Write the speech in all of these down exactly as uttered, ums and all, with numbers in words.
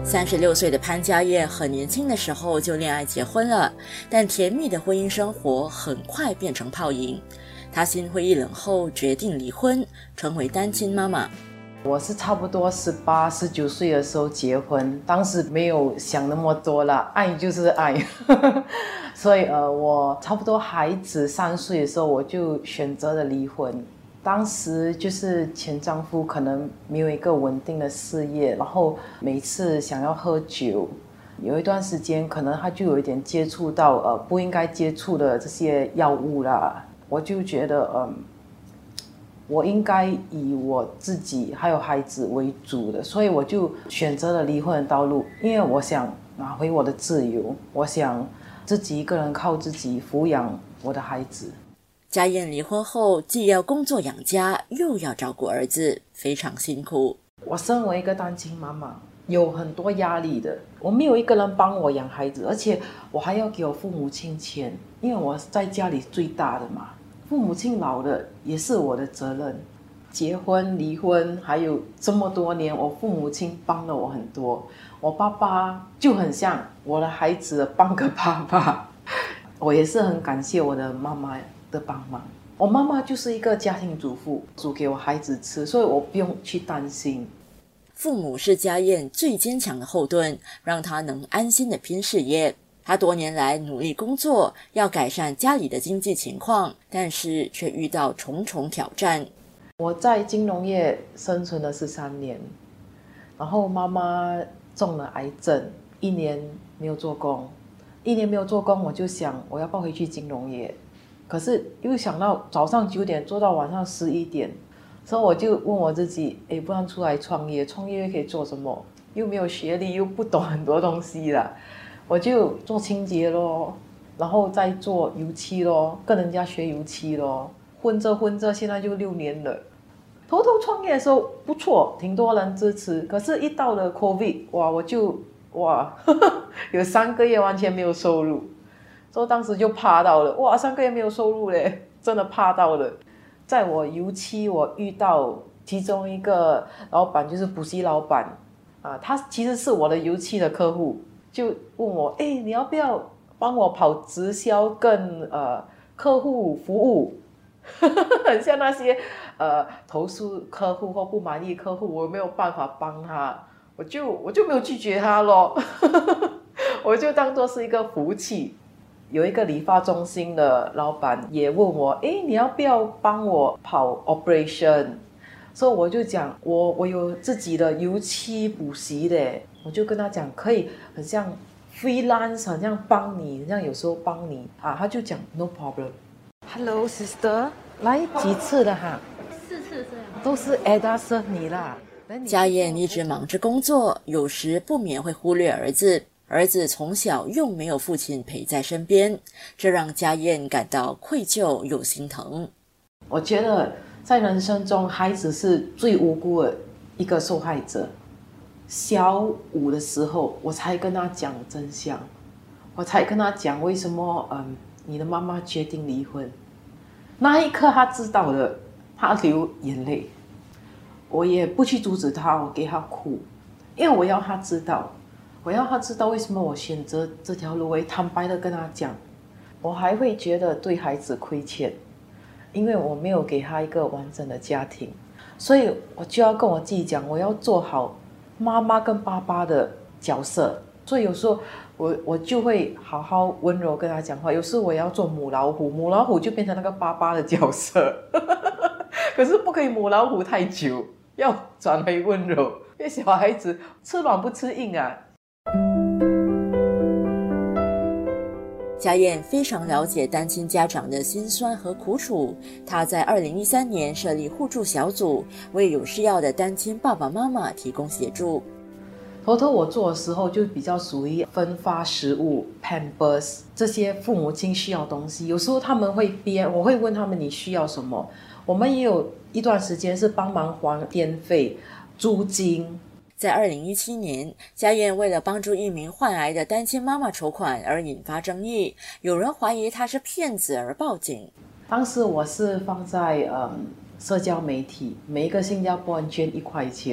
三十六岁的潘嘉燕很年轻的时候就恋爱结婚了，但甜蜜的婚姻生活很快变成泡影。她心灰意冷后决定离婚，成为单亲妈妈。 我是差不多十八、十九岁的时候结婚，当时没有想那么多啦，爱就是爱，所以呃，我差不多孩子三岁的时候，我就选择了离婚。当时就是前丈夫可能没有一个稳定的事业，然后每次想要喝酒，有一段时间可能他就有一点接触到呃不应该接触的这些药物啦，我就觉得嗯。我应该以我自己还有孩子为主的，所以我就选择了离婚的道路，因为我想拿回我的自由，我想自己一个人靠自己抚养我的孩子。 嘉燕离婚后，既要工作养家，又要照顾儿子，非常辛苦。 我身为一个单亲妈妈，有很多压力的，我没有一个人帮我养孩子，而且我还要给我父母亲钱，因为我在家里最大的嘛。父母亲老了也是我的责任，结婚离婚还有这么多年，我父母亲帮了我很多，我爸爸就很像我的孩子的半个爸爸，我也是很感谢我的妈妈的帮忙。我妈妈就是一个家庭主妇，煮给我孩子吃，所以我不用去担心。 父母是嘉燕最坚强的后盾，让她能安心的拼事业。他多年来努力工作，要改善家里的经济情况，但是却遇到重重挑战。 我在金融业生存了十三年，然后妈妈中了癌症，一年没有做工，一年没有做工，我就想我要不要回去金融业？可是又想到早上九点做到晚上十一点，所以我就问我自己，诶，不然出来创业，创业可以做什么？又没有学历，又不懂很多东西啦。我就做清洁咯，然后再做油漆咯，跟人家学油漆咯，混着混着，现在就六年了。头头创业的时候不错，挺多人支持，可是一到了 COVID， 哇，我就哇呵呵有三个月完全没有收入，所以当时就怕到了，哇，三个月没有收入嘞，真的怕到了。在我油漆，我遇到其中一个老板，就是补习老板啊，他其实是我的油漆的客户。就问我，哎，你要不要帮我跑直销跟呃客户服务？很像那些呃投诉客户或不满意客户，我没有办法帮他，我就我就没有拒绝他咯，我就当作是一个福气。有一个理发中心的老板也问我，哎，你要不要帮我跑 operation？ 所以我就讲，我我有自己的油漆补习的。我就跟他讲，可以很像 freelance， 很像帮你，很像有时候帮你啊，他就讲 no problem。Hello sister， 来几次了哈？ 四次这样。 都是 Ada 生你啦。 嘉燕一直忙着工作，有时不免会忽略儿子。儿子从小又没有父亲陪在身边，这让嘉燕感到愧疚又心疼。 我觉得在人生中，孩子是最无辜的一个受害者。小五的时候，我才跟他讲真相，我才跟他讲为什么嗯你的妈妈决定离婚。那一刻他知道了，他流眼泪，我也不去阻止他，我给他哭，因为我要他知道，我要他知道为什么我选择这条路，我也坦白的跟他讲。我还会觉得对孩子亏欠，因为我没有给他一个完整的家庭，所以我就要跟我自己讲，我要做好妈妈跟爸爸的角色。所以有时候我我就会好好温柔跟他讲话，有时候我要做母老虎，母老虎就变成那个爸爸的角色可是不可以母老虎太久，要转回温柔，因为小孩子吃软不吃硬啊。 嘉燕非常了解单亲家长的辛酸和苦楚，她在二零一三年设立互助小组，为有需要的单亲爸爸妈妈提供协助。 头头我做的时候就比较属于分发食物 Pampers 这些父母亲需要东西，有时候他们会编，我会问他们你需要什么。我们也有一段时间是帮忙还电费、租金。 在二零一七年，嘉燕为了帮助一名患癌的单亲妈妈筹款而引发争议，有人怀疑她是骗子而报警。 当时我是放在嗯社交媒体，每一个新加坡人捐一块钱，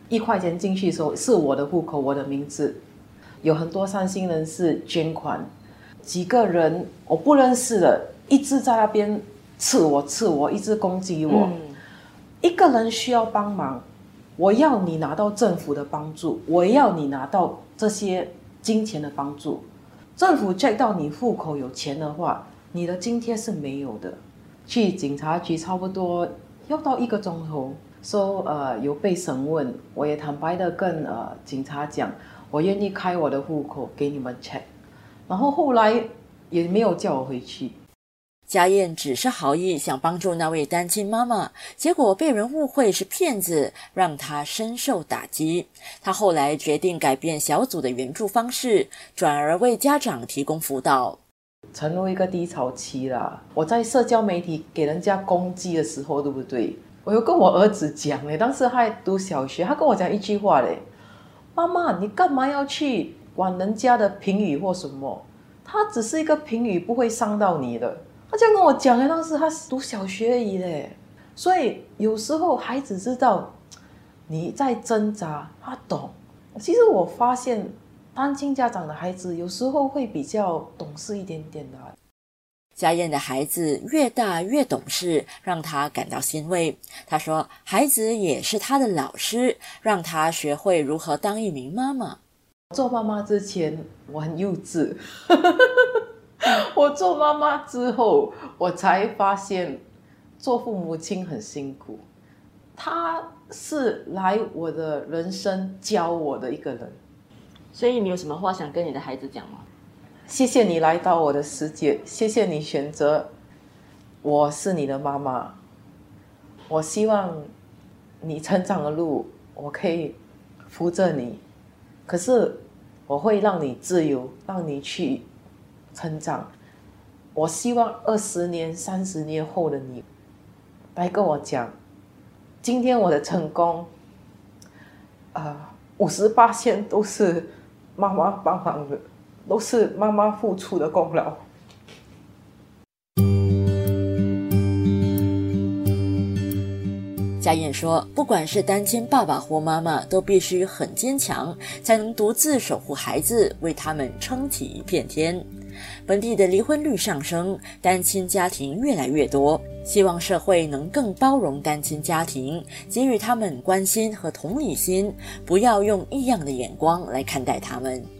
一块钱进去的时候是我的户口，我的名字。有很多善心人士捐款，几个人我不认识的一直在那边刺我刺我，一直攻击我、嗯、一个人需要帮忙，我要你拿到政府的帮助，我要你拿到这些金钱的帮助。政府 check 到你户口有钱的话，你的津贴是没有的。去警察局差不多要到一个钟头，说、so, 呃有被审问，我也坦白的跟呃警察讲，我愿意开我的户口给你们 check， 然后后来也没有叫我回去。 家燕只是好意想帮助那位单亲妈妈，结果被人误会是骗子，让她深受打击。她后来决定改变小组的援助方式，转而为家长提供辅导。 沉入一个低潮期啦，我在社交媒体给人家攻击的时候，对不对？我有跟我儿子讲嘞，当时他还读小学，他跟我讲一句话嘞：妈妈，你干嘛要去管人家的评语或什么？他只是一个评语，不会伤到你的。他这样跟我讲嘞，当时他读小学而已嘞。所以有时候孩子知道你在挣扎，他懂。其实我发现单亲家长的孩子有时候会比较懂事一点点的。 家燕的孩子越大越懂事，让她感到欣慰。她说孩子也是她的老师，让她学会如何当一名妈妈。 做妈妈之前我很幼稚我做妈妈之后我才发现做父母亲很辛苦。他是来我的人生教我的一个人。 所以你有什么话想跟你的孩子讲吗？ 谢谢你来到我的世界，谢谢你选择我是你的妈妈。我希望你成长的路我可以扶着你，可是我会让你自由，让你去成长。我希望二十年三十年后的你来跟我讲，今天我的成功呃，五十八线都是妈妈帮忙的，都是妈妈付出的功劳。 家燕说，不管是单亲爸爸或妈妈，都必须很坚强，才能独自守护孩子，为他们撑起一片天。本地的离婚率上升，单亲家庭越来越多，希望社会能更包容单亲家庭，给予他们关心和同理心，不要用异样的眼光来看待他们。